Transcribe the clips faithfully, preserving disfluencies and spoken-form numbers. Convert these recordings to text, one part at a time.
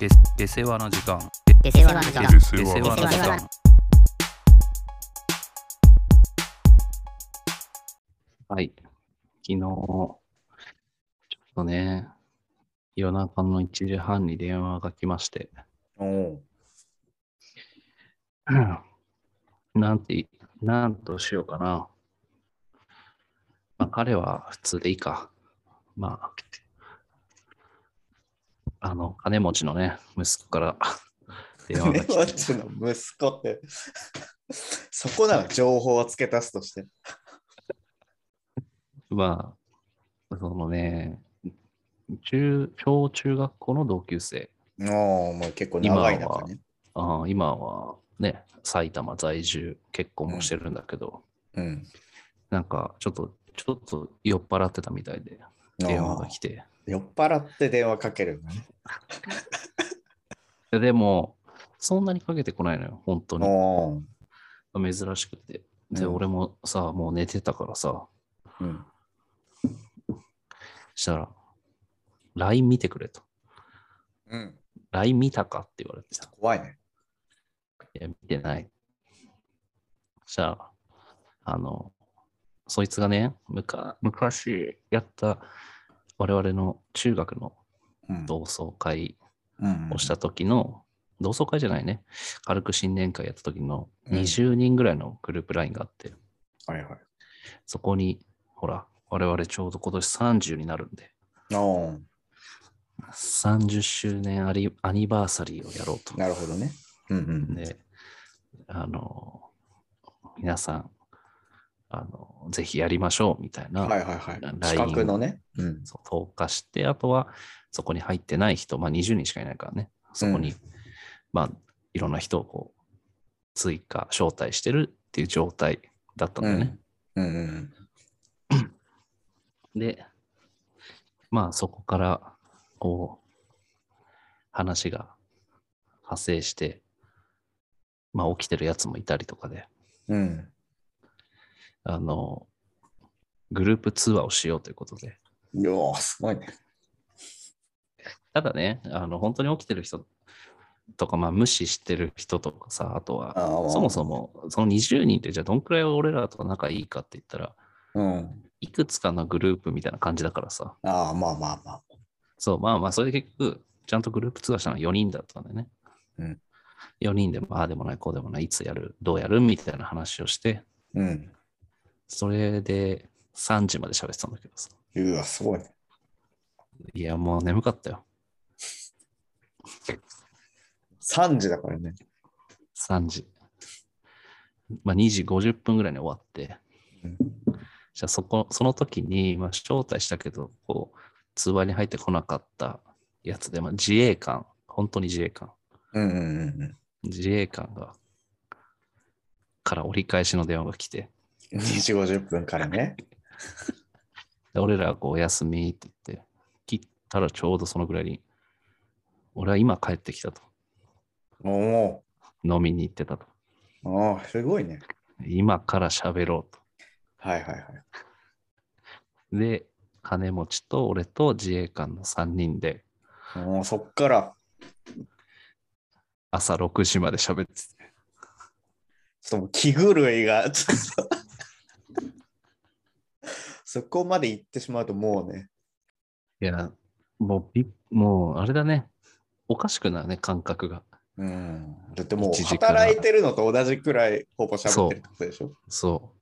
で出世話の時間。 出世話の時間。 出世話の時間。はい。昨日、ちょっとね、夜中のいちじはんに電話が来まして、 おお。 なんて、なんとしようかな。まあ、彼は普通でいいか。まあ、あの、金持ちのね、息子から電話が金来て、 持ちの息子って、そこなら情報を付け足すとして。 まあ、そのね、中、小中学校の同級生。 おお、もう結構今長い中は、 ね。 あ今はね、埼玉在住、結婚うん。 もしてるんだけど、 うん。 なんかちょっと、ちょっと酔っ払ってたみたいで、電話が来て。 酔っ払って電話かけるのね。 ででも、そんなにかけてこないのよ、本当おに。 お。 珍しくて。で、 うん。 俺もさ、もう寝てたからさ、 うん。 したら、ライン 見てくれと。 うん。 ライン 見たかって言われて。 ちょっと怖いね。 いや、見てない。したら、あの、そいつがね、むか昔やった我々の中学のうん。 同窓会うんをした時の、同窓会じゃないね、軽く新年会やった時のうん。 にじゅうにんぐらいのグループラインがあって、 はいはい。 そこに、ほら、我々ちょうど今年さんじゅうになるんで、 おお。 さんじゅっしゅうねんアリアニバーサリーをやろうと。 なるほどね。うんうん。 で、あの、皆さん、あの、ぜひやりましょうみたいな、 はいはいはい。 ラ資イン格のね。うん。 そう投下して、あとはそこに入ってない人、まあにじゅうにんしかいないからね、そこに、 うん、 まあいろんな人をこう追加、招待してるっていう状態だったんだよね。 うんうんうんで、まあそこからこう話が派生して、まあ起きてるやつもいたりとかで、 うん。 あの、グループ通話をしようということで。 うおー、すごいね。 ただね、あの本当に起きてる人とか、まあ無視してる人とかさ、あとは、 ああ、まあそもそもそのにじゅうにんってじゃあどんくらい俺らと仲いいかって言ったら、 うん。 いくつかのグループみたいな感じだからさ。 ああ、まあまあまあ。 そう、まあまあ、それで結局、ちゃんとグループ通話したのはよにんだったんだよね。 うん。 よにんでも、ああでもない、こうでもない、いつやる、どうやるみたいな話をして、 うん。 それでさんじまで喋ってたんだけどさ。 うわ、すごいね。 いや、もう眠かったよ。 さんじだからね。 さんじ。まあ、にじごじゅっぷんぐらいに終わって、 うん。 じゃあそこ、その時に、まあ、招待したけど、こう、通話に入ってこなかったやつで、まあ、自衛官、本当に自衛官。 うんうんうん自衛官が、から折り返しの電話が来て、 うん。にじごじゅっぷんからね。 で俺らはこうお休みって言って、切ったらちょうどそのぐらいに、俺は今帰ってきたと。 お飲みに行ってたと。 お、ああ、すごいね。 今から喋ろうと。 はいはいはい。 で、金持ちと俺と自衛官のさんにんで、 おお、そっから朝ろくじまで喋ってて。 ちょっともう気狂いが、ちょっとそこまで行ってしまうともうね。 いや、もうび、もうあれだね。おかしくなるね、感覚が。 うん。だってもういちじから働いてるのと同じくらいほぼ喋ってるってことでしょ。 そう。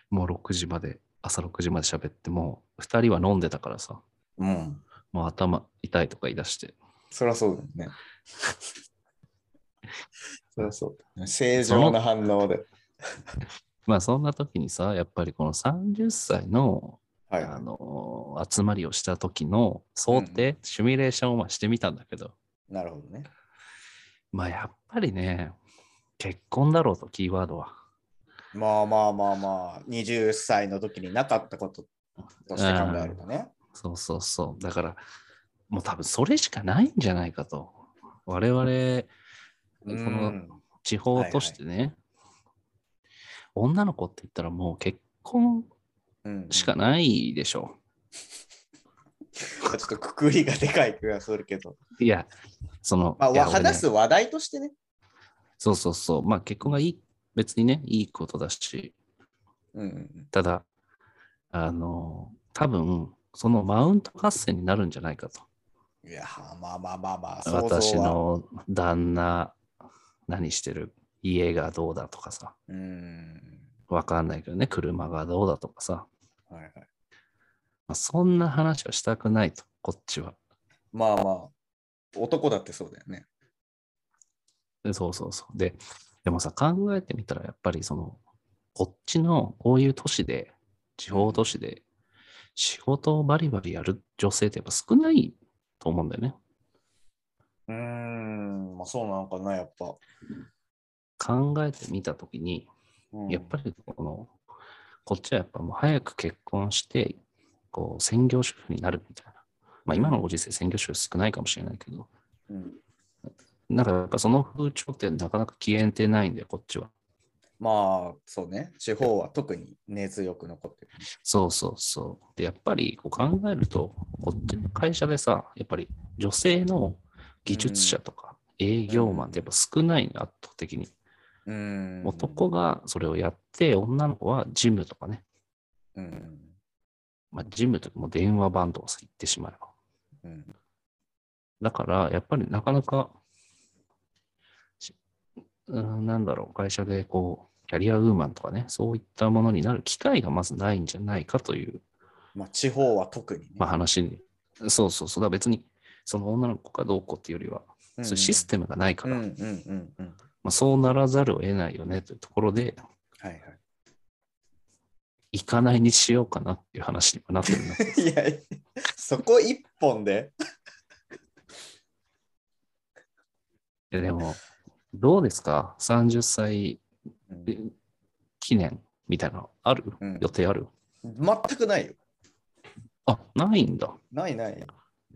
もうろくじまで、朝ろくじまで喋って、もうふたりは飲んでたからさ、 うん。 もう頭痛いとか言い出して。 そりゃそうだよね。そりゃそうだ、ね。正その常な反応で。 まあそんな時にさ、やっぱりこのさんじゅっさいの、 はいはい。 あの集まりをした時の想定、 うんうん、 シミュレーションをまあしてみたんだけど、 なるほどね。 まあやっぱりね、結婚だろうと、キーワードは。 まあまあまあまあ、はたちの時になかったこととして考えるとね。 そうそうそう。だから、もう多分それしかないんじゃないかと。我々、 うこのん。 地方としてね、はいはい、女の子って言ったらもう結婚しかないでしょ。 ちょっとくくりがでかい気がするけど。 いや、その、 まあ、 いや俺ね話す話題としてね。 そうそうそう。まあ結婚がいい、別にね、いいことだし、 うんうんただ、あの、多分、そのマウント合戦になるんじゃないかと。 うん。いや、まあまあまあまあ、想像は。 私の旦那、何してる、家がどうだとかさ、 うーん。 わかんないけどね、車がどうだとかさ、 はいはい。 まあ、そんな話はしたくないと、こっちは。 まあまあ、男だってそうだよね。 でそうそうそう。で、でもさ、考えてみたら、やっぱりその、こっちのこういう都市で、地方都市で、仕事をバリバリやる女性ってやっぱ少ないと思うんだよね。 うーん、まあそうなのかな、やっぱ。 考えてみたときに、 うん、 やっぱりこの、こっちはやっぱもう早く結婚して、こう、専業主婦になるみたいな。まあ今のご時世専業主婦少ないかもしれないけど、 うん、 なんかやっぱその風潮ってなかなか消えてないんだよ、こっちは。 まあ、そうね。地方は特に根強く残ってる。 そうそうそう。で、やっぱりこう考えると、こっちの会社でさ、やっぱり女性の技術者とか営業マンってやっぱ少ないの、圧倒的に。 うん。 男がそれをやって、女の子はジムとかね。 うん。 まあ、ジムとかも電話番号を言ってしまえば。 うん。 だから、やっぱりなかなか、うん、なんだろう、会社でこう、キャリアウーマンとかね、そういったものになる機会がまずないんじゃないかという、 まあ地方は特にね。 まあ、話に。そうそうそう。だから別に、その女の子がどうこうっていうよりは、 うん、 そういうシステムがないから、 うんうんうんうん。 まあ、そうならざるを得ないよねというところで、 はいはい。 行かないにしようかなっていう話にはなってるんだけど。 いや、そこ一本で。 ででも、どうですか ?さんじゅっ 歳うん記念みたいなのある、 うん、 予定ある全くないよ。 あ、ないんだ。 ないない。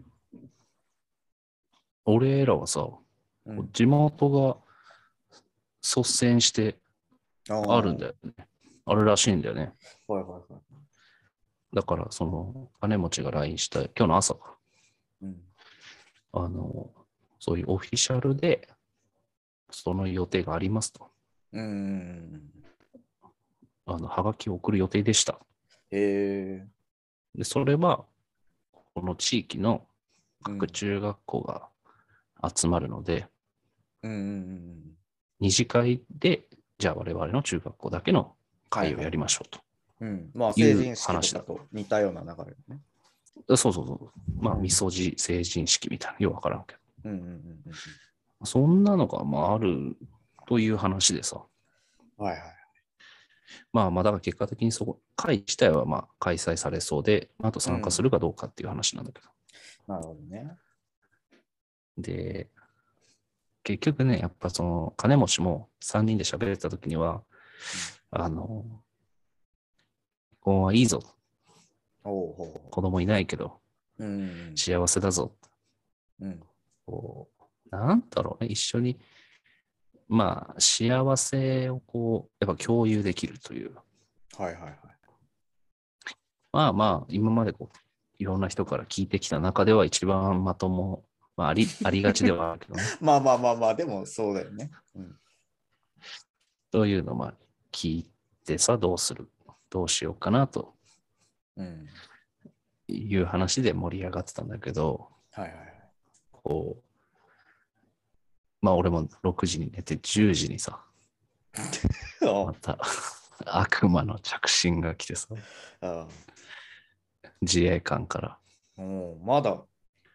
俺らはさ、 うん、 地元が率先してああるんだよね。あるらしいんだよね。 あ、はいはいはい。 だから、その、金持ちが ライン した、今日の朝か、 うん、 あの、そういうオフィシャルで、その予定がありますと。 うん。 あの、はがきを送る予定でした。 へえ。 で、それは、この地域のうん各中学校が集まるので、 うんうんうん二次会で、じゃあ我々の中学校だけの会をやはいはい。 りましょううん。まあ、 という成人式と話だ。 かと似たような流れね。 そうそうそう。まあ、 うんみそじ成人式みたいな、よくわからんけうんうんうんうん。 ど。そんなのが、まあ、あるという話でさ。 はいはい。 まあ、まあ、だから結果的にそこ、会自体はまあ開催されそうで、あと参加するかどうかっていう話なんだけど。 なるほどね。 で、結局ね、やっぱその、金持ちもさんにんで喋れた時には、あの、結婚はいいぞ。 おうほうほ子供いないけど、 う。うん幸せだぞ。 うん。 こう、なんだろうね、一緒に、まあ、幸せをこう、やっぱ共有できるという。 はいはいはい。 まあまあ、今までこう、いろんな人から聞いてきた中では一番まとも、まあ、あり、ありがちではあるけどね。 まあまあまあまあ、でもそうだよね。うん。 というのをまあ聞いてさ、どうするどうしようかなとうん。 いう話で盛り上がってたんだけど、 はいはいはい。 こう、まあ俺もろくじに寝てじゅうじにさ、また悪魔の着信が来てさ、 あ自衛官からあもうまだ。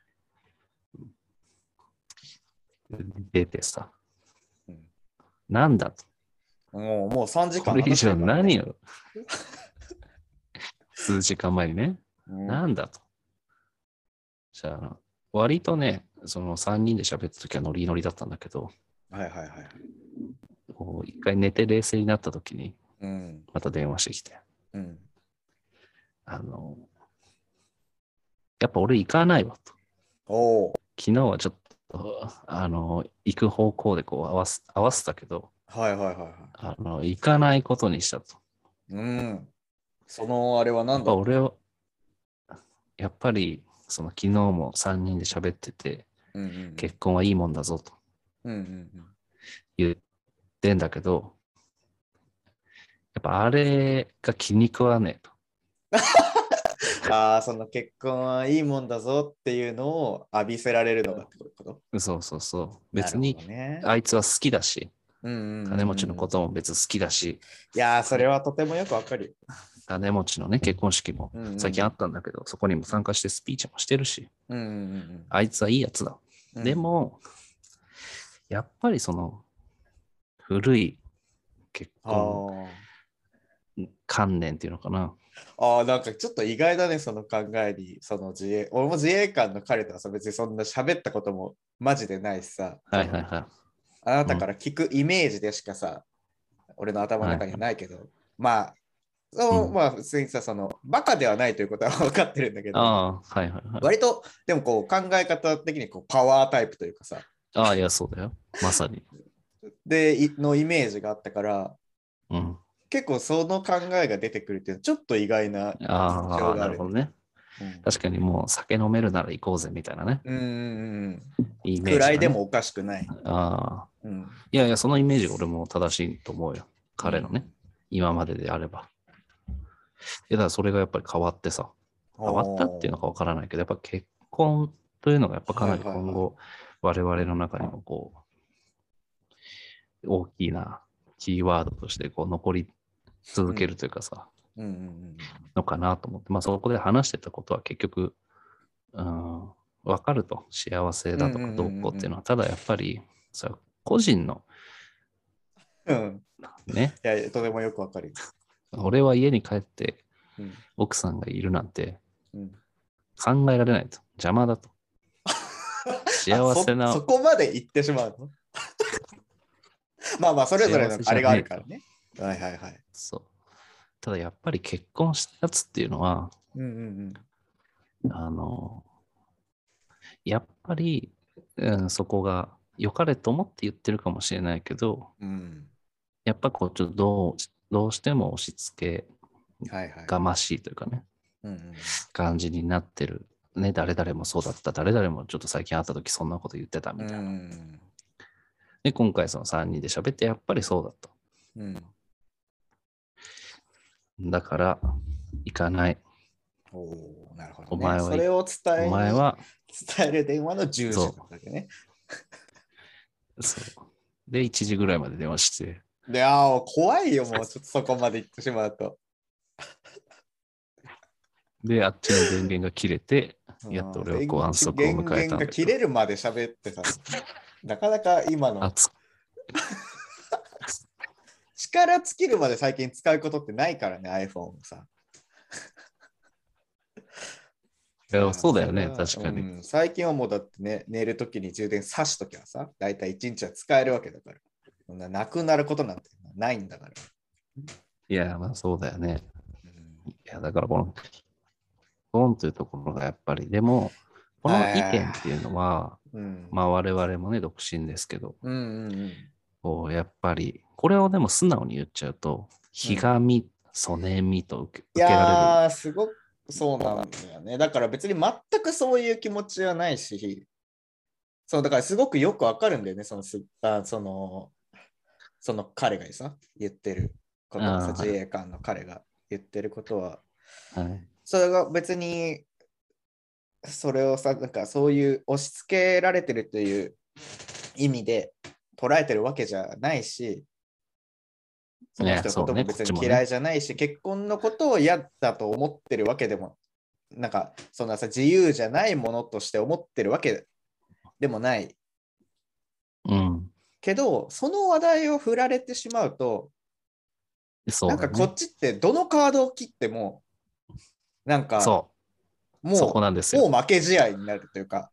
出てさ、 うん、 なんだと。 もうもうさんじかんこれ以上話してるから、ね。 何を数時間前にね、 うん、 なんだと。じゃあ、割とね、そのさんにんで喋った時はノリノリだったんだけど、 はいはいはい。 こう一回寝て冷静になった時に、 うん。 また電話してきて、 うん。 あの、やっぱ俺行かないわと。 おお。 昨日はちょっと、あの、行く方向でこう合わせ、合わせたけど、 はいはいはいはい。 あの、行かないことにしたと。 うん。そのあれはやっ何だったの？ ぱ俺は、やっぱり、 その昨日もさんにんで喋ってて、 うんうんうん、 結婚はいいもんだぞとうんうんうん、 言ってんだけど、やっぱあれが気に食わねえと。 ああ、その結婚はいいもんだぞっていうのを浴びせられるのがってこと？ そうそうそう。 なるほ別にどね。 あいつは好きだし、 うんうん金持ちのうんうん。 ことも別に好きだし、 いやー、それはとてもよくわかるよ。 金持ちのね、結婚式もうんうん最近あったんだけど、そこにも参加してスピーチもしてるし、 うんうんあいつはいいやつだ。 うん。 でも、やっぱりその古い結うん、 婚あ観念っていうのかな。 あ、ああ、なんかちょっと意外だね、その考えに。その自衛、俺も自衛官の彼とはさ、別にそんな喋ったこともマジでないしさ、 はいはいはい。 あなたから聞くイメージでしかさ、俺の頭のはい中にはないけど、まあ、そう、 うん、 まあ、普通にさ、その、バカではないということは分かってるんだけど、 ああ、はいはいはい。 割と、でもこう、考え方的にこうパワータイプというかさ、 ああ、いや、そうだよ。まさに。 で、いのイメージがあったから、 うん。 結構その考えが出てくるっていうのはちょっと意外な印ああ、 象があるね。 なるほどね。 うん確かにもう酒飲めるなら行こうぜみたいなね。 うんうんイうん。 メージがね。 暗いでもおかしくない。 ああ。 うん。 いやいや、そのイメージ俺も正しいと思うよ。彼のね。 うん、 今までであれば。いや、だからそれがやっぱり変わってさ。変わったっていうのかわからないけど、やっぱ結婚というのがやっぱかなり今後、我々の中にもこう、大きなキーワードとしてこう残り続けるというかさ、 うんうんうんうんのかなと思って、まあそこで話してたことは結局、うん、分かると幸せだとかどうこうっていうのは、ただやっぱりさ、個人のうん。 ね、 いや、とてもよくわかる。 俺は家に帰ってうん奥さんがいるなんてうん考えられないと。邪魔だと。 あそ、 幸せな、 そこまで言ってしまうの？まあまあ、それぞれのあれがあるからね。はいはいはい。 そう。ただやっぱり結婚したやつっていうのは、 うんうんあの、やっぱり、うん、そこが良かれと思って言ってるかもしれないけど、 うん。うん。 やっぱこうちょっとどうどうしても押し付けはいはい。 がましいというかね、 うんうん感じになってる。ね、誰々もそうだった。誰々もちょっと最近会った時そんなこと言ってたみうたいな。 ん。 で、今回そのさんにんで喋ってやっぱりそうだった。 うん。 だから、行かない。 おお、なるほど、ね。 お前は、 それを伝えお前は、 伝える電話のじゅうじだったわけね。 そう。で、いちじぐらいまで電話して。 で、ああ、怖いよ、もうちょっとそこまで行ってしまうと。 で、あっちの電源が切れて、やっと俺はこう安息を迎えたんだ電源が切れるまで喋ってた。なかなか今の力尽きるまで最近使うことってないからね、iPhone をさ。 いやそうだよね、 それは確かに、 うん。最近はもうだってね、寝るときに充電挿しときはさ、だいたいいちにちは使えるわけだから。そんななくなることなんてないんだから。 いや、まあそうだよね。 うん、 いや、だからこの、ポンというところがやっぱり、でも、この意見っていうのは、 うん、 まあ我々もね、独身ですけど、 うんうんうん、 こうやっぱり、これをでも素直に言っちゃうと、ひがみ、そねみと受けい受けられる。 やー、すごくそうなんだよね。だから別に全くそういう気持ちはないし、そうだからすごくよくわかるんだよね、そのすあそのその彼がさ、言ってることはさ、 あー自衛官の彼が言ってることは、 はい。 それが別に、それをさ、なんかそういう押し付けられてるという意味で捉えてるわけじゃないし、その人のことも別に嫌いじゃないし、ね、結婚のことを嫌だと思ってるわけでも、なんかそんなさ、自由じゃないものとして思ってるわけでもない。 うん。 けど、その話題を振られてしまうと、 そうだね、 なんかこっちってどのカードを切っても、なんかそう。 もう、 そこなんですよ。 もう負け試合になるというか、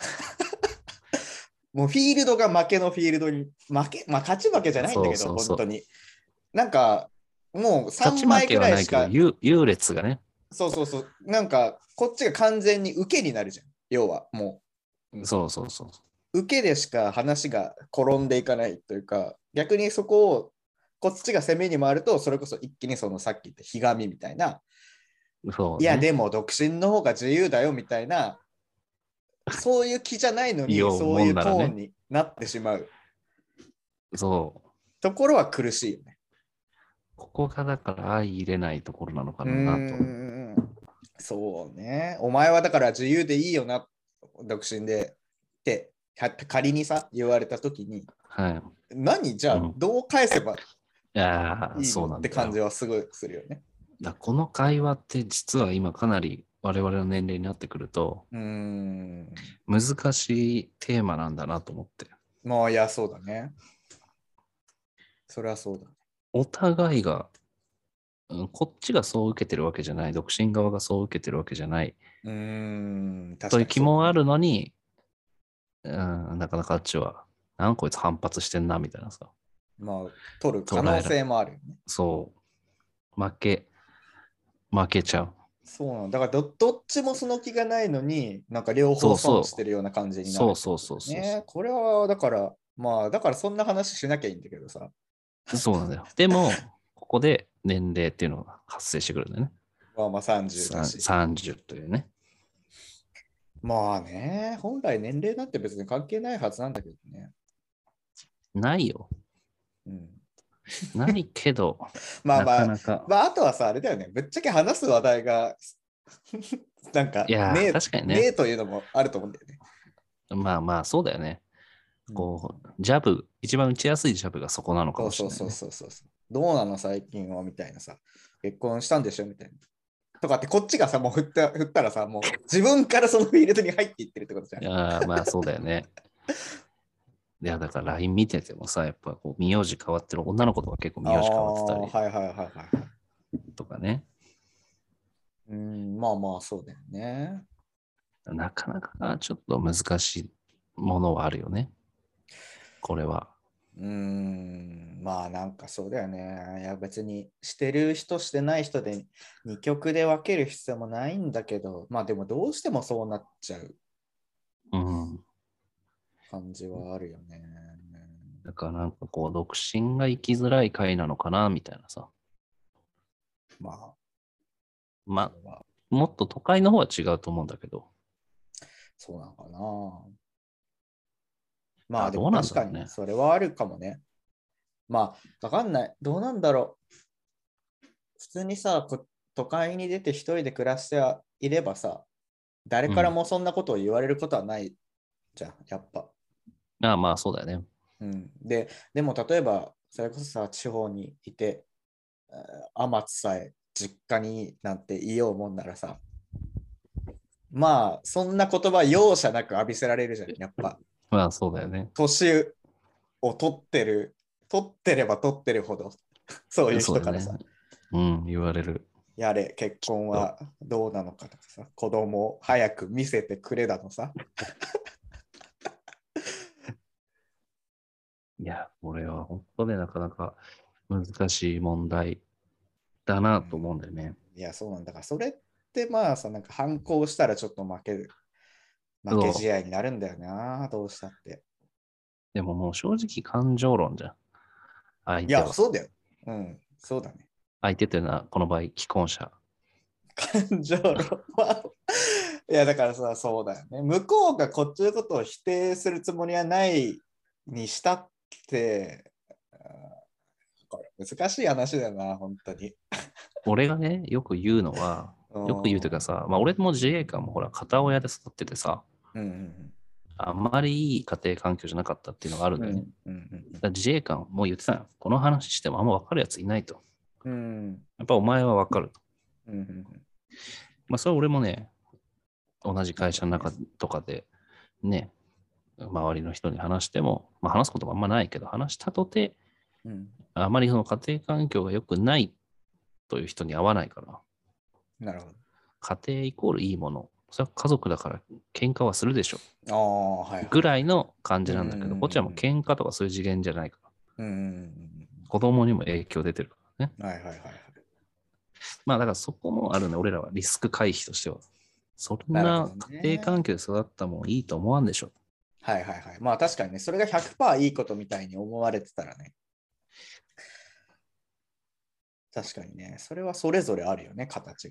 もうフィールドが負けのフィールドに、負け、まあ勝ち負けじゃないんだけど、そうそうそう本当に。なんか、もうさんまいぐらいしか。 優, 優劣がね。 そうそうそう。なんか、こっちが完全に受けになるじゃん。要は、もう。うん、そうそうそう。 受けでしか話が転んでいかないというか、逆にそこを、こっちが攻めに回ると、それこそ一気にそのさっき言ったひがみみたいな、 そうね、 いや、でも独身の方が自由だよみたいなそういう気じゃないのに、 ようそういうトもんならねーンになってしまうそう。 ところは苦しいよね。 ここがだから相入れないところなのかうーなと。 ん、そうね。お前はだから自由でいいよな、独身でって仮にさ、言われたときに、 はい。 何じゃあうん、いどう返せばやー、 いいのってそうなんだよ。 感じはすごいするよね。 だこの会話って実は今かなり我々の年齢になってくるとうーん。 難しいテーマなんだなと思って。 まあ、いや、そうだね。それはそうだね。 お互いが、うんこっちがそう受けてるわけじゃない、独身側がそう受けてるわけじゃない、 うーん、確というかにそうだね。 気もあるのに、うん、なかなかあっちは、なんこいつ反発してんな、みたいなさ。 まあ、取る可捉えら、 能性もあるよね。 そう、負け、負けちゃう。 そうなの。だからど、どっちもその気がないのに、なんか両方そうそ損してるような感じう、 になるそうそうってことだよそうそうそね。これは、だから、まあ、だからそんな話しなきゃいいんだけどさ。 う。そうなんだよ。でも、ここで年齢っていうのが発生してくるんだよね。 まあまあさんじゅうださんし。 さんじゅうというね。 まあね、本来年齢なんて別に関係ないはずなんだけどね。 ないよ。 うん、 ないけど、なまあまあ、 かなか。 まあ、あとはさ、あれだよね。ぶっちゃけ話す話題がなんかいやー、 ねえ、 確かにね。 ねえというのもあると思うんだよね。 まあまあ、そうだよね。 うん、 こう、ジャブ、一番打ちやすいジャブがそこなのかそうそうそうもしれないね。 そうそう。どうなの最近はみたいなさ。結婚したんでしょみたいな。とかってこっちがさ、もう振った振ったらさ、もう自分からそのフィールドに入っていってるってことじゃん。 いやー、まあそうだよね。いや、だから ライン 見ててもさ、やっぱこう、名字変わってる女の子とか結構ああ、 名字変わってたりはいはいはいはい。 とかね。 うん、まあまあそうだよね。 なかなかちょっと難しいものはあるよね。これは。 うーん、まあなんかそうだよね。いや別にしてる人してない人で二極で分ける必要もないんだけど、まあでもどうしてもそうなっちゃううん。 感じはあるよね。 だからなんかこう、独身が生きづらい回なのかな、みたいなさ。 まあ、そまれはあ、もっと都会の方は違うと思うんだけど。 そうなのかな。まああ、 でどうなんも確かだろうね。 にそれはあるかもね。まあ、わかんない。どうなんだろう。普通にさ、こ都会に出て一人で暮らしていればさ、誰うん。 からもそんなことを言われることはないじゃん、やっぱ。 ああ、まあそうだよね。 うん、で、でも例えば、それこそさ、地方にいて、あ天津さえ実家になんて言おうもんならさ、まあ、そんな言葉容赦なく浴びせられるじゃん、やっぱ。 まあそうだよね。 年を取ってる、取ってれば取ってるほど、そういうそうだよね。 人からさ、 うん、言われる。 やれ、結婚とはどうなのかとかさ、子供を早く見せてくれだのさ。 いや、これは本当ね、なかなか難しい問題だなとうん、 思うんだよね。 いや、そうなんだから、それってまあさ、なんか反抗したらちょっと負ける、負け試そう。 合になるんだよな、どうしたって。 でももう正直感情論じゃん。相いや、 手は。 そうだよ。うん、そうだね。 相手というのは、この場合、既婚者。 感情論は。いや、だからさ、そうだよね。向こうがこっちのことを否定するつもりはないにしたって、あこれ難しい話だよな、本当に。 俺がね、よく言うのは、 うよく言うというかん。 さ、まあ俺も自衛官もほら、片親で育っててさ、 うんうんあんまりいい家庭環境じゃなかったっていうのがあるんうん。 だよね。 うんうんだから自衛官も言ってたの。この話してもあんま分かるやついないと。 うん。うんやっぱお前は分かると。 うんうん。 まあそれは俺もね、同じ会社のなるほどね。 中とかでね、周りの人に話しても、まあ話すこともあんまないけど、話したとて、 うん。 あまりその家庭環境が良くないという人に合わないから、 なるほ家庭イコールいいもの。それは家族だから喧嘩はするでしょ。 ど。ああ、はいはい。 ぐらいの感うんうじなんだけど、こっちはもうん喧嘩とかそういう次元じゃないから。 うん。うんうん子供にも影響出てるからね。 うん。はいはいはいはい。 まあだからそこもあるね、俺らはリスク回避としては。そんなるほなどね。 家庭環境で育ったもんいいと思わんでしょ。 はいはいはい。まあ確かにね、それがひゃくパーセントいいことみたいに思われてたらね。確かにね、それはそれぞれあるよね、形がさ。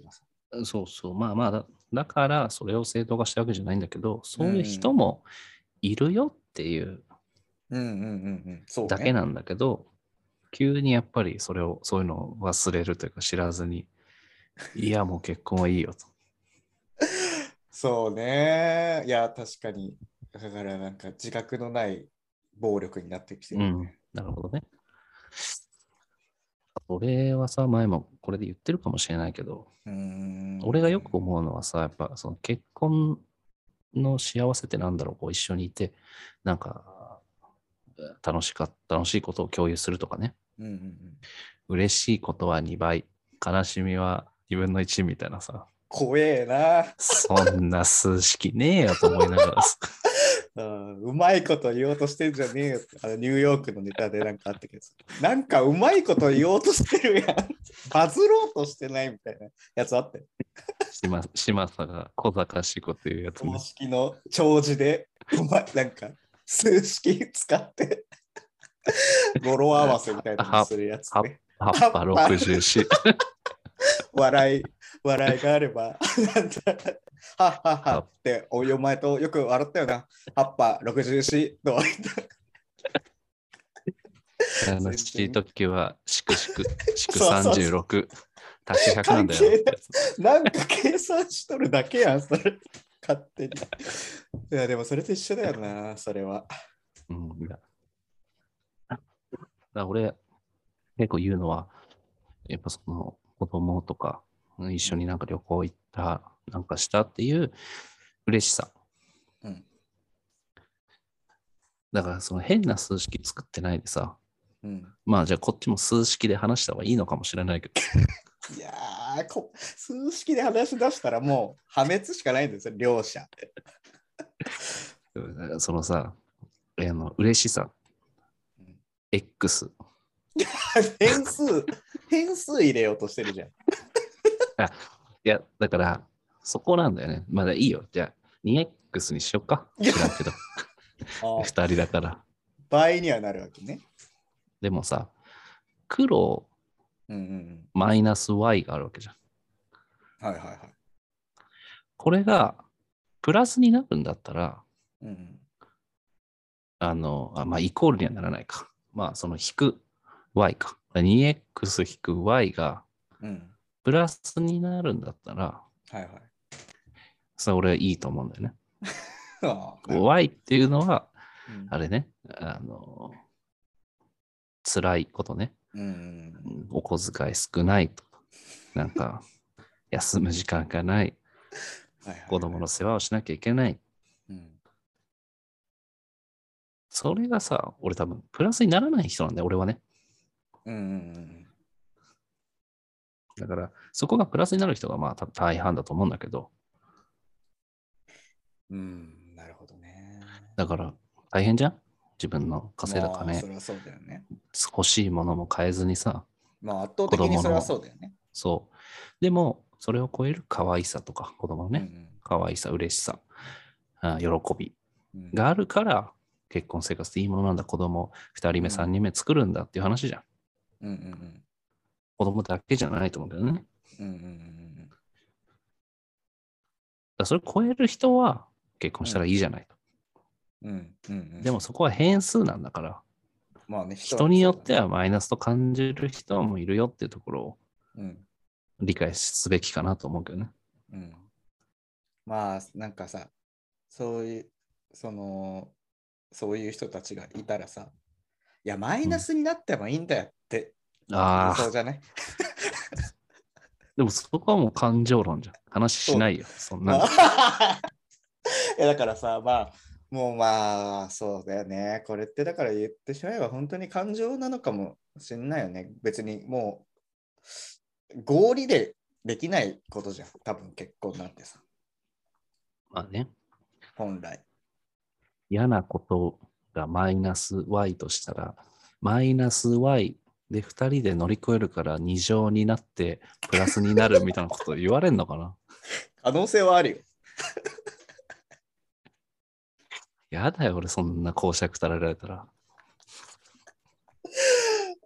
そうそう。まあまあだ、だからそれを正当化したわけじゃないんだけど、そういう人うんもいるよっていううんうんうんうん。そうね。 だけなんだけど、急にやっぱりそれを、そういうのを忘れるというか知らずに、いやもう結婚はいいよと。 そうね。いや、確かに。だからなんか自覚のない暴力になってきてうん。 るよね。 なるほどね。俺はさ、前もこれで言ってるかもしれないけど、 うーん。 俺がよく思うのはさ、やっぱその結婚の幸せってなんだろう、こう一緒にいて、なんか、楽しかった、楽しいことを共有するとかね。 うんうんうん。 嬉しいことはにばい、悲しみはにぶんのいちみたいなさ、 怖えな。 そんな数式ねえよと思いながらさ。 うん、うまいこと言おうとしてんじゃねえよって。あのニューヨークのネタでなんかあったけどさ、なんかうまいこと言おうとしてるやん。バズろうとしてないみたいなやつあって。 島島さが小賢しいこと言うやつ公ね。 式の帳尻で、うまい、なんか数式使って語呂合わせみたいなのはするやつはね。 葉っぱ葉っぱろくじゅうよん。 笑い、笑いがあれば、なんだはっはっはっておお前とよく笑ったよな。葉っぱろくじゅうよんと言った悲しい時は、しくしく、しくそうそうそう。 さんじゅうろく、足しひゃくなん関だよっ係ない。 てやつ。 なんか計算しとるだけやん、それ。勝手に。いや、でもそれと一緒だよな、それは。 うん、いやだから俺、結構言うのは、やっぱその子供とか、一緒になんか旅行行った、なんかしたっていう嬉しさ。 うん。 だからその変な数式作ってないでさ、 うん。 まあじゃあこっちも数式で話した方がいいのかもしれないけど、 いやーこ、数式で話し出したらもう破滅しかないんですよ、両者。 そのさ、あの嬉しさ、 うん、 X。 変数、変数入れようとしてるじゃん。 あ、いや、だから、そこなんだよね。まだいいよ。じゃあ、にエックス にしよっか。知らんけど。 あふたりだから。 倍にはなるわけね。 でもさ、黒うんうんうん。 マイナス Y があるわけじゃん。 はいはいはい。 これがプラスになるんだったら、 うんうん、 あの、あまあ、イコールにはならないか。まあ、その引く Y か。にエックス 引く Y がうん。 プラスになるんだったら、 はいはい。 それ俺はいいと思うんだよね。 ああ、なるほど。 Y っていうのは、 うん。 あれね、あの、辛いことね。 うんうんお小遣い少ないとか、なんか、休む時間がない、 はいはいはい、 子供の世話をしなきゃいけない。 うん。 それがさ、俺多分、プラスにならない人なんだよ、俺はね。 うんうんうんだから、そこがプラスになる人がまあ多分大半だと思うんだけど、 うん。うん、なるほどね。 だから大変じゃん自分の稼いだまあ、そ金、 れはそうだよね。 欲しいものも買えずにさ、 まあ、圧倒子的にそれは供の、 そうだよね。 そう。でも、それを超える可愛さとか、子供のね、 うんうん。 可愛さ、嬉しさ、あ喜びうんがあるから、結婚生活っていいものなんだ、子供ふたりめ、 うんさんにんめ作るんだっていう話じゃん。 うんうん子供だけじゃないと思うんだよね。だかうんうんうんらそれを超える人は結婚したらうんいいじゃないと。 うんうんうん。 でもそこは変数なんだから、 まあね、 人によってははマイナスと感じる人もいるよっていうところをうん。 理解すべきかなと思うけどね。 うん。まあ、なんかさ、そういう、その、そういう人たちがいたらさ、いや、マイナスになってもいいんだよって言いああ、 そうじゃない？ でもそこはもう感情論じゃん。話しそう。 ないよ。そんなまの。 あいやだからさ、まあ、もうまあ、そうだよね。これってだから言ってしまえば本当に感情なのかもしんないよね。別にもう合理でできないことじゃん。多分結婚なんてさ、 まあね。 本来。 嫌なことがマイナス Y としたら、マイナス Y でふたりで乗り越えるからに乗になってプラスになるみたいなこと言われんのかな。 可能性はあるよ。 やだよ、俺そんな公爵たられたら。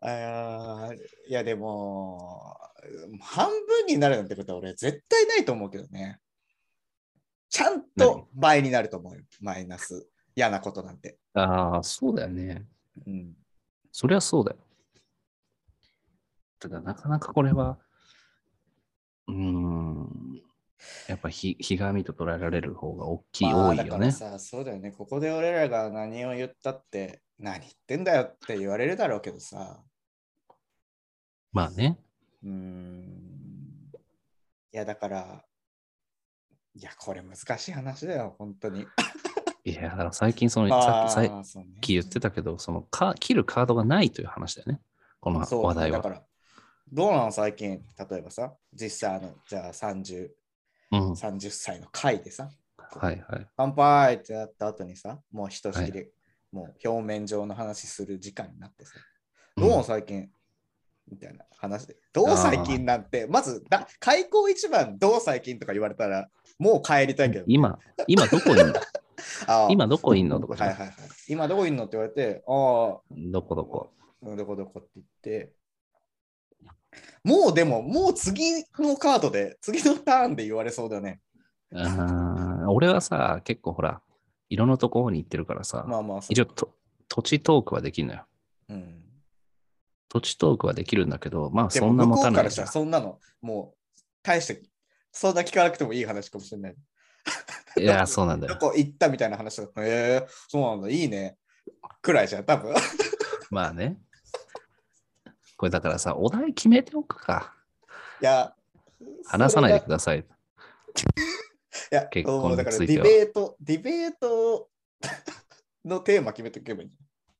あいやでも半分になるなんてことは俺絶対ないと思うけどね。ちゃんと倍になると思うよ。マイナス嫌なことなんて。 ああ、そうだよね。 うん、 そりゃそうだよ。ただなかなかこれは、うーん、やっぱひひがみと捉えられる方が大きい、 まあだ多いよね。 からさ、そうだよね。ここで俺らが何を言ったって何言ってんだよって言われるだろうけどさ。 まあね。 うーん。いやだから、いやこれ難しい話だよ、本当に。 いや、だから最近その、さっき、さっああ、そうね。 き言ってたけど、そのか、切るカードがないという話だよね。このそうだね。 話題は。 だから、どうなの最近、例えばさ、実際あの、じゃあさんじゅう、 うん。 さんじゅっさいの回でさ、 はいはい。 乾杯ってやった後にさ、もうひとしきり、 はもう表面上の話する時間になってさ、 うんどう最近みたいな話で、どう最近なんて、まずだ、開口一番どう最近とか言われたら、もう帰りたいけど、ね、 今、今どこいんのあ今どこいんのとかじゃないはいはいはい。今どこいんのって言われて、ああ、 どこどこ。 どこどこって言って、もうでも、もう次のカードで、次のターンで言われそうだね。 あ俺はさ、結構ほら、色のところに行ってるからさ、 まあまあ、 一応と土地トークはできるのよ。 うん。 土地トークはできるんだけど、まあでも、 そんな持向こうからしたらたないじゃん。 そんなの、もう、大して、そんな聞かなくてもいい話かもしれない。 いや、そうなんだよ。 どこ行ったみたいな話だと、へえ、そうなんだ、いいね。くらいじゃん、多分。 まあね。これだからさ、お題決めておくか。 いや、 話さないでそれが、 ください。 いや、 結婚もうだからディについては。 ベート、ディベートのテーマ決めておけばいいんじ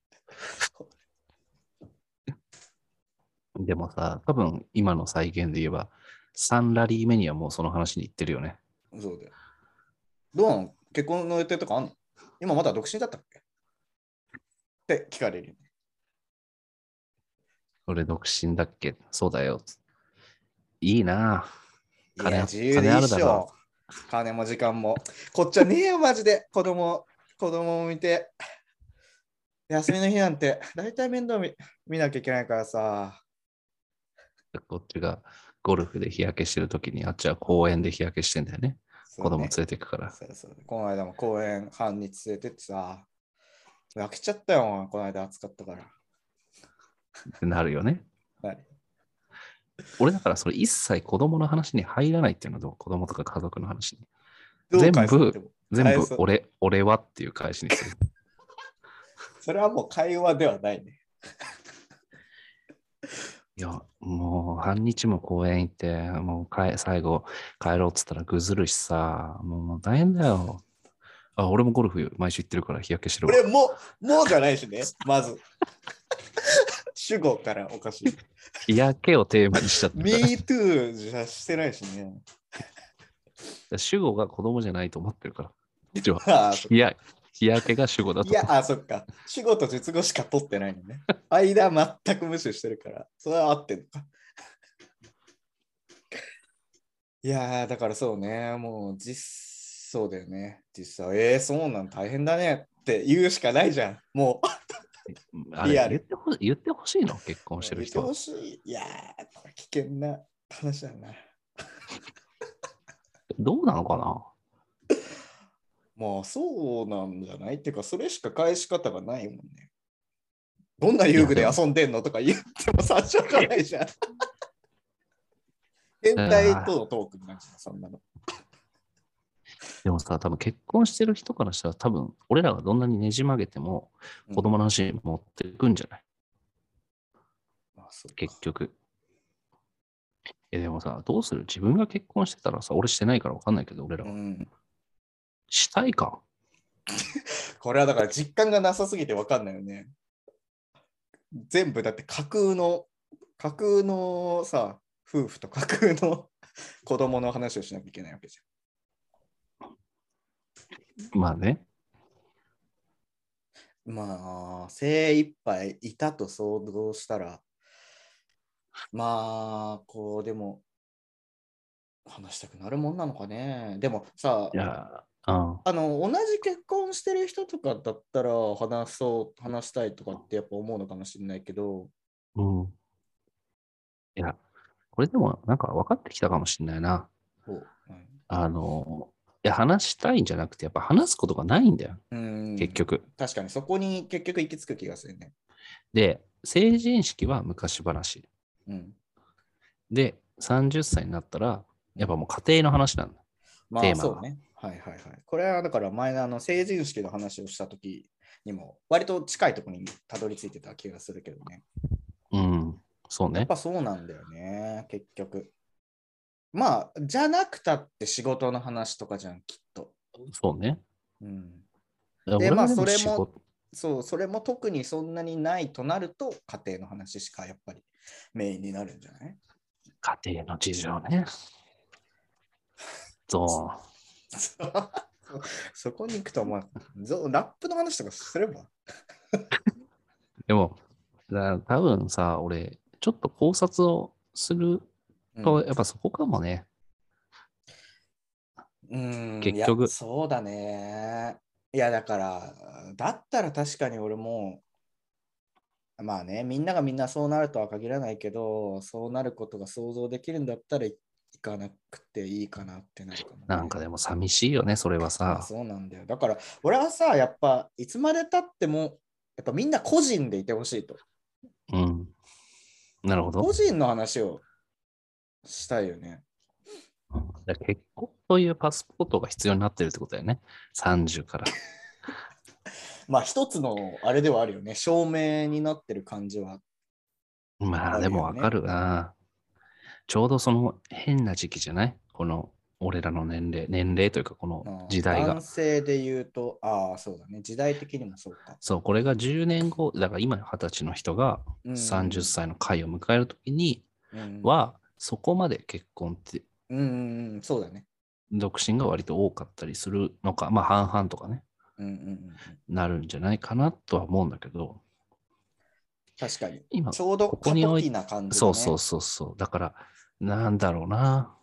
でもさ、多分今の再現で言えば、さんラリー目にはもうその話に行ってるよね。 ゃん。そうだよ。どうなの結婚の予定とかあんの今まだ独身だったっけって聞かれるよね。 俺独身だっけそうだよ。いいなぁ。 いや、 金、 自由でいいっ金あるだろしょ。金も時間も。こっちはねえよ、マジで。子供、子供を見て。休みの日なんて、だいたい面倒見見なきゃいけないからさ。 う。こっちがゴルフで日焼けしてるときに、あっちは公園で日焼けしてんだよね。子供連そうね。 れてくから。 そうそうこの間も公園半日連れてってさ。焼けちゃったよ、この間暑かったから。 ってなるよね。 何俺だからそれ一切子供の話に入らないっていうのはどう子供とか家族の話に。 どう全部、 返すのでも全返す部俺、俺はっていう返しにする。 それはもう会話ではないね。 いや、もう半日も公園行って、もうかえ最後帰ろうっつったらぐずるしさ、もう大変だよ。あ、俺もゴルフ毎週行ってるから日焼けしてるわ。 俺も、もうじゃないしね、まず。主語からおかしい。 日焼けをテーマにしちゃった。 Me too じゃしてないしね。 主語が子供じゃないと思ってるから。一応ああ、 日焼日焼けが主語だと。 いや、あ、そっか。主語と述語しか取ってないのね。間全く無視してるから、それは合ってんのか。いやー、だからそうね、もう実、そうだよね。実際、えー、そうなん大変だねって言うしかないじゃん。もあリアルれ言ってほ言ってほしいの結婚う、 してる人は。 言ってほしい。いやー、これ危険な話だな。 どうなのかな。 まあ、そうなんじゃないっていうか、それしか返し方がないもんね。どんな遊具で遊んでんのとか言ってもさ、しょうがないじゃん。変態とのトークになっちゃう、そんなの。 でもさ、多分結婚してる人からしたら多分俺らがどんなにねじ曲げても子供の話に持っていくんじゃない、 うん、まあ、そうか結局。え、でもさ、どうする自分が結婚してたらさ、俺してないから分かんないけど、俺らは。 うん、 したいか。 これはだから実感がなさすぎて分かんないよね。全部だって架空の、架空のさ、夫婦と架空の子供の話をしなきゃいけないわけじまあね。 ゃん。まあ、精一杯いたと想像したら、まあ、こう、でも、話したくなるもんなのかね。でもさ、 いや、うん。 あの、同じ結婚してる人とかだったら話そう、話したいとかってやっぱ思うのかもしれないけど、 うん。いや、これでもなんか分かってきたかもしれないな。 おうん、 あの、いや、話したいんじゃなくて、やっぱ話すことがないんだよ。 う結局。 ん、確かにそこに結局行き着く気がするね。 で、成人式は昔話。 うん。 で、さんじゅっさいになったら、やっぱうん、 もう家庭の話なんだ。 まテーマが。 あそうね。はいはいはい。これはだから前のあの成人式の話をしたときにも割と近いところにたどり着いてた気がするけどね。 うん。そうね。 やっぱそうなんだよね、結局。まあ、じゃなくたって仕事の話とかじゃん、きっと。 そうね。 うん、 いやで、まあ、 俺はでもそれも、 仕事、 そう、それも特にそんなにないとなると、家庭の話しかやっぱりメインになるんじゃない？ 家庭の事情ね。そそこに行くと、まあ、ラップの話とかすれば。 う。でも、だ多分さ、俺、ちょっと考察をすると、 うん。 やっぱそこかもね。 うん、いや、 結局。 そうだね。いや、だから、だったら確かに俺も、まあね、みんながみんなそうなるとは限らないけど、そうなることが想像できるんだったら行かなくていいかなってなるかもね。 なんかでも寂しいよね、それはまあさ。 そうなんだよ。だから俺はさ、やっぱいつまでたっても、やっぱみんな個人でいてほしいと。 うん。なるほど。 個人の話をしたいよね。 うん、だから結婚というパスポートが必要になってるってことだよね。さんじゅうから。 まあ一つのあれではあるよね。証明になってる感じはあまあでるよね。 もわかるな。ちょうどその変な時期じゃないこの俺らの年齢、年齢というかこのまあ、男時代が。 性で言うと、ああ、そうだね。時代的にもそうか。 そう、これがじゅうねんご、だから今はたちの人がうん。 さんじゅっさいの回を迎えるときにうん。 は、そこまで結婚ってうん。そうだね。 独身が割と多かったりするのか、まあ半々とかね、 うんうんうん。 なるんじゃないかなとは思うんだけど、 確かに。 今、 ちょうどここ過渡において、 期な感じそうそうだね。 そうそう。だから、なんだろうな。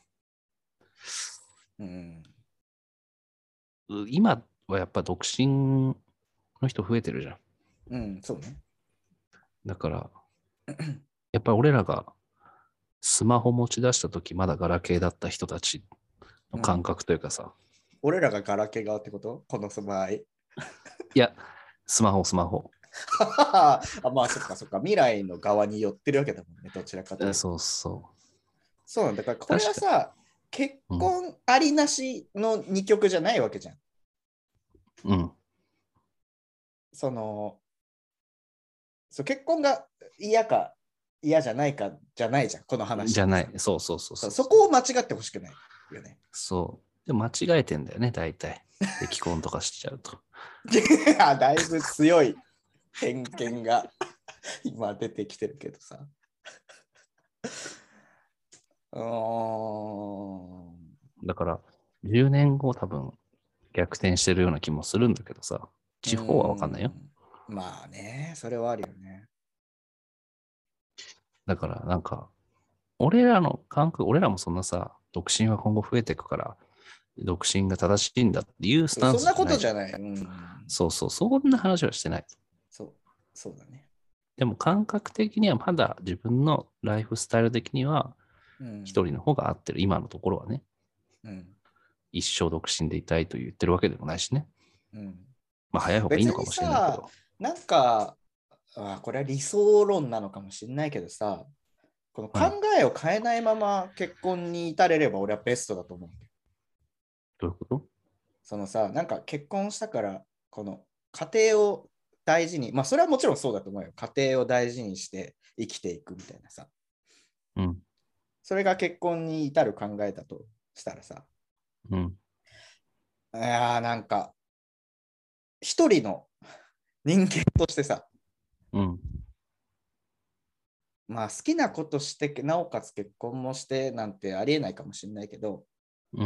うん。 う今はやっぱ独身の人増えてるじゃん。 うん、そうね。 だから、やっぱり俺らがスマホ持ち出した時まだガラケーだった人たちのうん。 感覚というかさ、 俺らがガラケー側ってことこの場合。 いや、スマホ、スマホ。 あ、まあ、そっかそっか。未来の側に寄ってるわけだもんね。どちらかというと。 そうそそうなんだ。だからう。 これは確かさ、結に。 婚ありなしのにきょくじゃないわけじゃん。 うん。うん。 その、そう結婚が嫌か嫌じゃないかじゃないじゃん。この話ってさ。 じゃない。そうそうそうそう。 そうそこを間違ってほしくないよね。 そう。でも間違えてんだよね、大体。で、既婚とかしちゃうと。 だいぶ強い偏見が今出てきてるけどさ。うーん。 だから、じゅうねんご多分逆転してるような気もするんだけどさ、 うー地方はわかんないよ。 ん。まあね、それはあるよね。 だからなんか、俺らの感覚、俺らもそんなさ、独身は今後増えていくから、独身が正しいんだっていうスタンそんなスじゃないじゃん。 ことじゃない。うん。 そうそう、そんな話はしてない。 そう、そうだね。 でも感覚的にはまだ自分のライフスタイル的にはうん。 一人の方が合ってる。今のところはね。 うん。 一生独身でいたいと言ってるわけでもないしね。 うん。 まあ早い方がいい別にのかもしれないけさ、 ど。 なんか、あ、これは理想論なのかもしれないけどさ、この考はい。 えを変えないまま結婚に至れれば俺はベストだと思うんだよ。 どういうこと？ そのさ、なんか結婚したから、この家庭を大事に、まあそれはもちろんそうだと思うよ。家庭を大事にして生きていくみたいなさ。 うん。 それが結婚に至る考えだとしたらさ、 うん。 いやーなんか一人の人間としてさ、 うん。 まあ好きなことして、なおかつ結婚もしてなんてありえないかもしれないけど、 うん。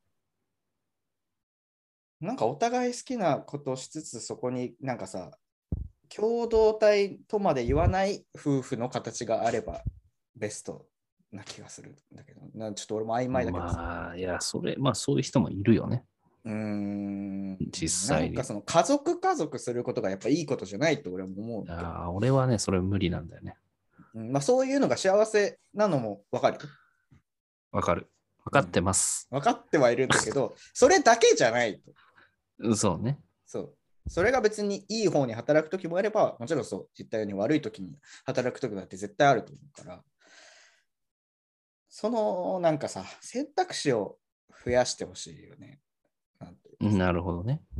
なんかお互い好きなことをしつつ、そこになんかさ、共同体とまで言わない夫婦の形があればベストな気がするんだけど、なちょっと俺も曖昧だけどさ。 まあ、いや、それ、まあそういう人もいるよね。 うーん。 実際に。 なんかその家族家族することがやっぱいいことじゃないと俺は思うけど。 ああ、俺はね、それ無理なんだよね。 うんまあ、そういうのが幸せなのもわかるよ。 わかる。わかってます。 分かってはいるんだけど、それだけじゃないと。 うん、そうね。 そう。それが別にいい方に働くときもあれば、もちろんそう、言ったように悪いときに働くときだって絶対あると思うから、そのなんかさ、選択肢を増やしてほしいよね。なんていうかさなるほどね。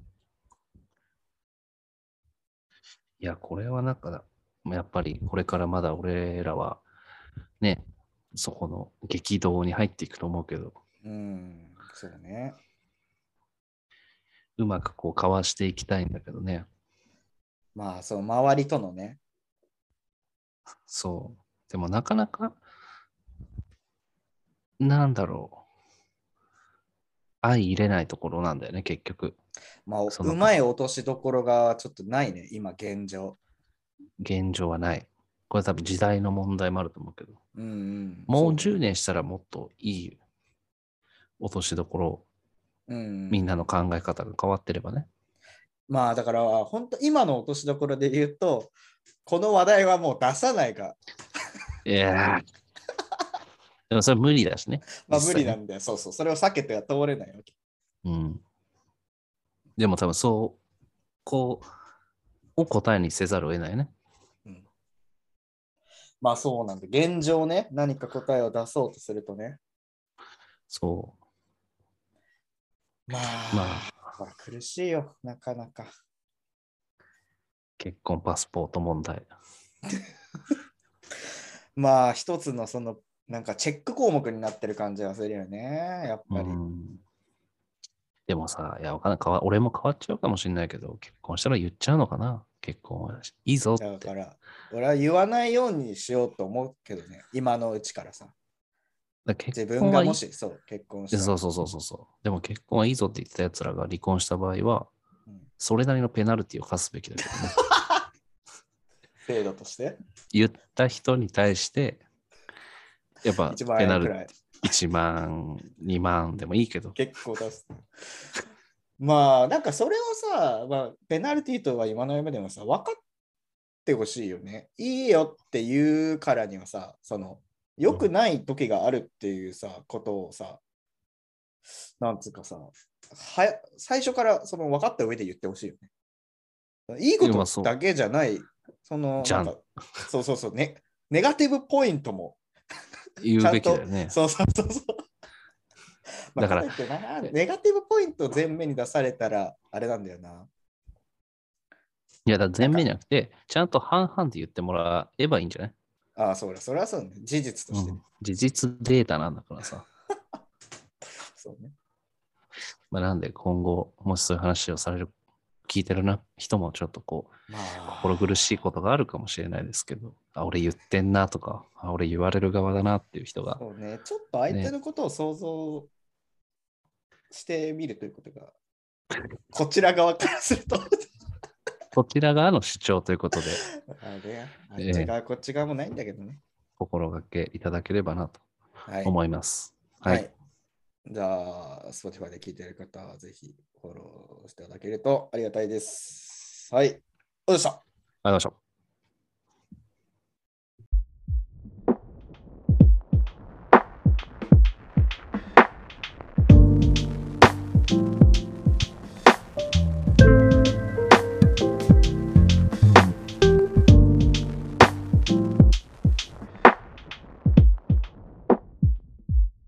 いや、これはなんか、やっぱりこれからまだ俺らはね、そこの激動に入っていくと思うけど、 うん、そうね。 うまくこうかわしていきたいんだけどね。 まあ、そう、周りとのね。 そう。でもなかなか、なんだろう。相入れないところなんだよね、結局。 まあ、 そのうまい落としどころがちょっとないね、今現状。 現状はない。これ多分時代の問題もあると思うけど。 うんうん。 もうそうだねじゅうねんしたらもっといい落としどころ、 うん。 みんなの考え方が変わってればね。 まあ、だから、本当今の落としどころで言うと、この話題はもう出さないが、 いやーでもそれ無理だしね。 まあ実際ね。 無理なんだよ。そうそう。それを避けては通れないわけ。 うん。でも多分そう、こう、を答えにせざるを得ないね。 うん、まあそうなんだ。現状ね、何か答えを出そうとするとね。 そまう。まあ、 あ、 まあ苦しいよ。なかなか。 結婚パスポート問題。 まあ一つのその、なんかチェック項目になってる感じがするよね。やっうぱり。 ん。でもさ、いや、わかんない。変わ俺も変わっちゃうかもしれないけど、結婚したら言っちゃうのかな。結婚はいいぞって。 だから、俺は言わないようにしようと思うけどね。今のうちからさ。 だ結自分婚はいい。 がもし、そう、結婚したら。 そうそうそうそうそう。でも結婚はいいぞって言ってた奴らが離婚した場合は、 うんそれなりのペナルティを課すべきだけどね。 制度として言った人に対して、やっぱ 1万ペナル円くらい。 いちまん、にまんでもいいけど。 結構出す。まあ、なんかそれをさ、まあ、ペナルティとは今の夢でもさ、分かってほしいよね。いいよって言うからにはさ、その、良くない時があるっていうさ、ことをさ、なんつうかさ、は最初からその分かった上で言ってほしいよね。いいこいやまあそう。 とだけじゃない、その、 じゃん。 なんか、そうそうそう、ね、ネガティブポイントも言うべきだよちゃんと、 ね。 そうそうそうそう。まあ、 だから、 かといってな、ネガティブポイントを前面に出されたら、あれなんだよな。 いや、だからなんか、 全面じゃなくて、ちゃんと半々で言ってもらえばいいんじゃない？ ああ、そうだ、それはそうね。事実としてね。 うん。事実データなんだからさ。 そうね。 まあ、なんで今後、もしそういう話をされる、聞いてるな人もちょっとこう、 ま心苦しいことがあるかもしれないですけど、あ、俺言ってんなとか、あ、俺言われる側だなっていう人あ、 が、 そうね。ちょっと相手ね、 のことを想像してみるということが、こちら側からするとこちら側の主張ということで、 あれ、あっえーち側、こっち側もないんだけどね。 心がけいただければなとはい。 思います。はい。 はい。じゃあ、Spotify で聞いている方は、ぜひフォローしていただけるとありがたいです。はい。どうでした？ ありがとうございました。